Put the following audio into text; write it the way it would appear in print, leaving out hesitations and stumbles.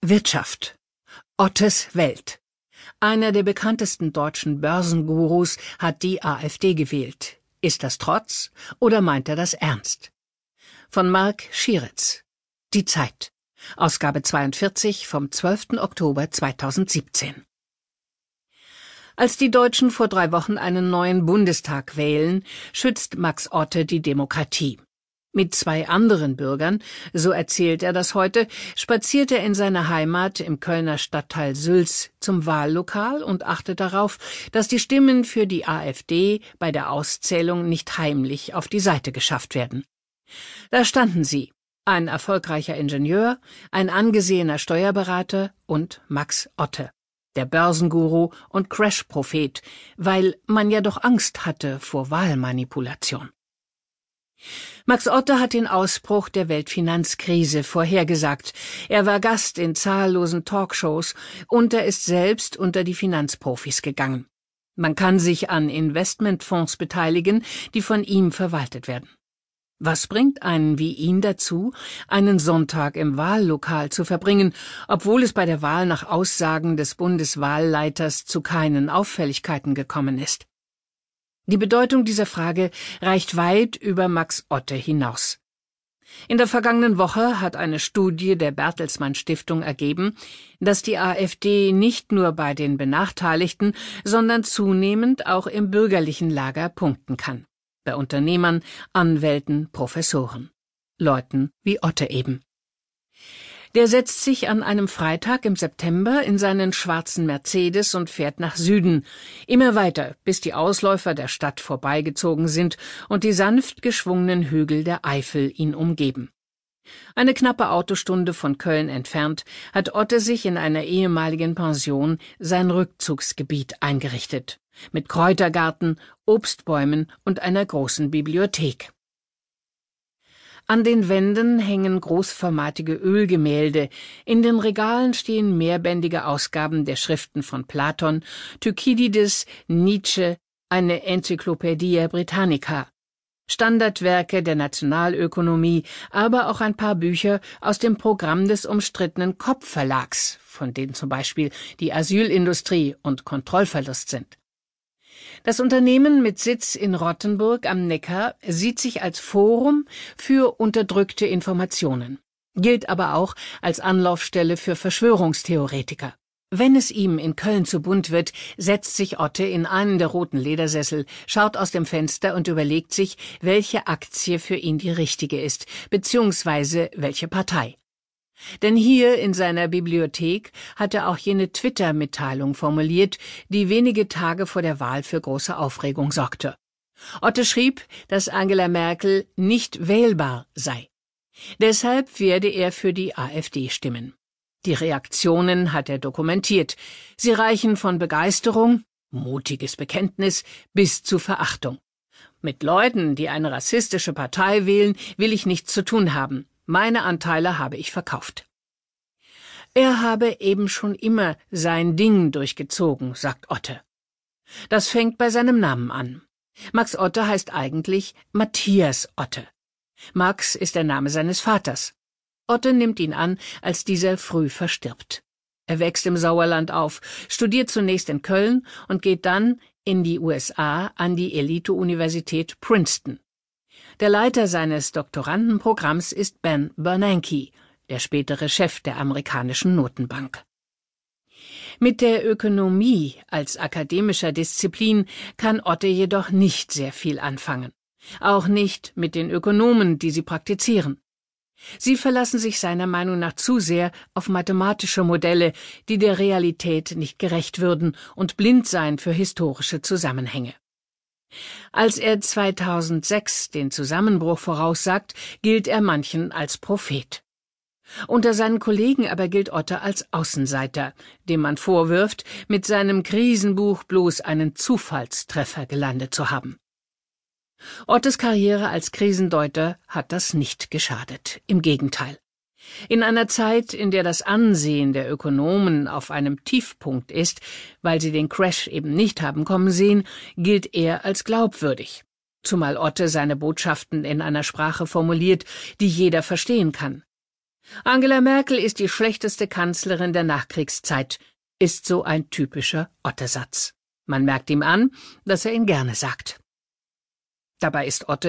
Wirtschaft. Ottes Welt. Einer der bekanntesten deutschen Börsengurus hat die AfD gewählt. Ist das Trotz oder meint er das ernst? Von Marc Schieritz. Die Zeit. Ausgabe 42 vom 12. Oktober 2017. Als die Deutschen vor 3 Wochen einen neuen Bundestag wählen, schützt Max Otte die Demokratie. Mit 2 anderen Bürgern, so erzählt er das heute, spaziert er in seiner Heimat im Kölner Stadtteil Sülz zum Wahllokal und achtet darauf, dass die Stimmen für die AfD bei der Auszählung nicht heimlich auf die Seite geschafft werden. Da standen sie, ein erfolgreicher Ingenieur, ein angesehener Steuerberater und Max Otte, der Börsenguru und Crash-Prophet, weil man ja doch Angst hatte vor Wahlmanipulation. Max Otte hat den Ausbruch der Weltfinanzkrise vorhergesagt. Er war Gast in zahllosen Talkshows und er ist selbst unter die Finanzprofis gegangen. Man kann sich an Investmentfonds beteiligen, die von ihm verwaltet werden. Was bringt einen wie ihn dazu, einen Sonntag im Wahllokal zu verbringen, obwohl es bei der Wahl nach Aussagen des Bundeswahlleiters zu keinen Auffälligkeiten gekommen ist? Die Bedeutung dieser Frage reicht weit über Max Otte hinaus. In der vergangenen Woche hat eine Studie der Bertelsmann Stiftung ergeben, dass die AfD nicht nur bei den Benachteiligten, sondern zunehmend auch im bürgerlichen Lager punkten kann. Bei Unternehmern, Anwälten, Professoren. Leuten wie Otte eben. Der setzt sich an einem Freitag im September in seinen schwarzen Mercedes und fährt nach Süden, immer weiter, bis die Ausläufer der Stadt vorbeigezogen sind und die sanft geschwungenen Hügel der Eifel ihn umgeben. Eine knappe Autostunde von Köln entfernt hat Otte sich in einer ehemaligen Pension sein Rückzugsgebiet eingerichtet, mit Kräutergarten, Obstbäumen und einer großen Bibliothek. An den Wänden hängen großformatige Ölgemälde, in den Regalen stehen mehrbändige Ausgaben der Schriften von Platon, Thukydides, Nietzsche, eine Enzyklopädie Britannica, Standardwerke der Nationalökonomie, aber auch ein paar Bücher aus dem Programm des umstrittenen Kopp-Verlags, von denen zum Beispiel die Asylindustrie und Kontrollverlust sind. Das Unternehmen mit Sitz in Rottenburg am Neckar sieht sich als Forum für unterdrückte Informationen, gilt aber auch als Anlaufstelle für Verschwörungstheoretiker. Wenn es ihm in Köln zu bunt wird, setzt sich Otte in einen der roten Ledersessel, schaut aus dem Fenster und überlegt sich, welche Aktie für ihn die richtige ist, beziehungsweise welche Partei. Denn hier in seiner Bibliothek hat er auch jene Twitter-Mitteilung formuliert, die wenige Tage vor der Wahl für große Aufregung sorgte. Otte schrieb, dass Angela Merkel nicht wählbar sei. Deshalb werde er für die AfD stimmen. Die Reaktionen hat er dokumentiert. Sie reichen von Begeisterung, mutiges Bekenntnis, bis zu Verachtung. Mit Leuten, die eine rassistische Partei wählen, will ich nichts zu tun haben. Meine Anteile habe ich verkauft. Er habe eben schon immer sein Ding durchgezogen, sagt Otte. Das fängt bei seinem Namen an. Max Otte heißt eigentlich Matthias Otte. Max ist der Name seines Vaters. Otte nimmt ihn an, als dieser früh verstirbt. Er wächst im Sauerland auf, studiert zunächst in Köln und geht dann in die USA an die Elite-Universität Princeton. Der Leiter seines Doktorandenprogramms ist Ben Bernanke, der spätere Chef der amerikanischen Notenbank. Mit der Ökonomie als akademischer Disziplin kann Otte jedoch nicht sehr viel anfangen. Auch nicht mit den Ökonomen, die sie praktizieren. Sie verlassen sich seiner Meinung nach zu sehr auf mathematische Modelle, die der Realität nicht gerecht würden und blind seien für historische Zusammenhänge. Als er 2006 den Zusammenbruch voraussagt, gilt er manchen als Prophet. Unter seinen Kollegen aber gilt Otte als Außenseiter, dem man vorwirft, mit seinem Krisenbuch bloß einen Zufallstreffer gelandet zu haben. Ottes Karriere als Krisendeuter hat das nicht geschadet, im Gegenteil. In einer Zeit, in der das Ansehen der Ökonomen auf einem Tiefpunkt ist, weil sie den Crash eben nicht haben kommen sehen, gilt er als glaubwürdig. Zumal Otte seine Botschaften in einer Sprache formuliert, die jeder verstehen kann. Angela Merkel ist die schlechteste Kanzlerin der Nachkriegszeit, ist so ein typischer Otte-Satz. Man merkt ihm an, dass er ihn gerne sagt. Dabei ist Otte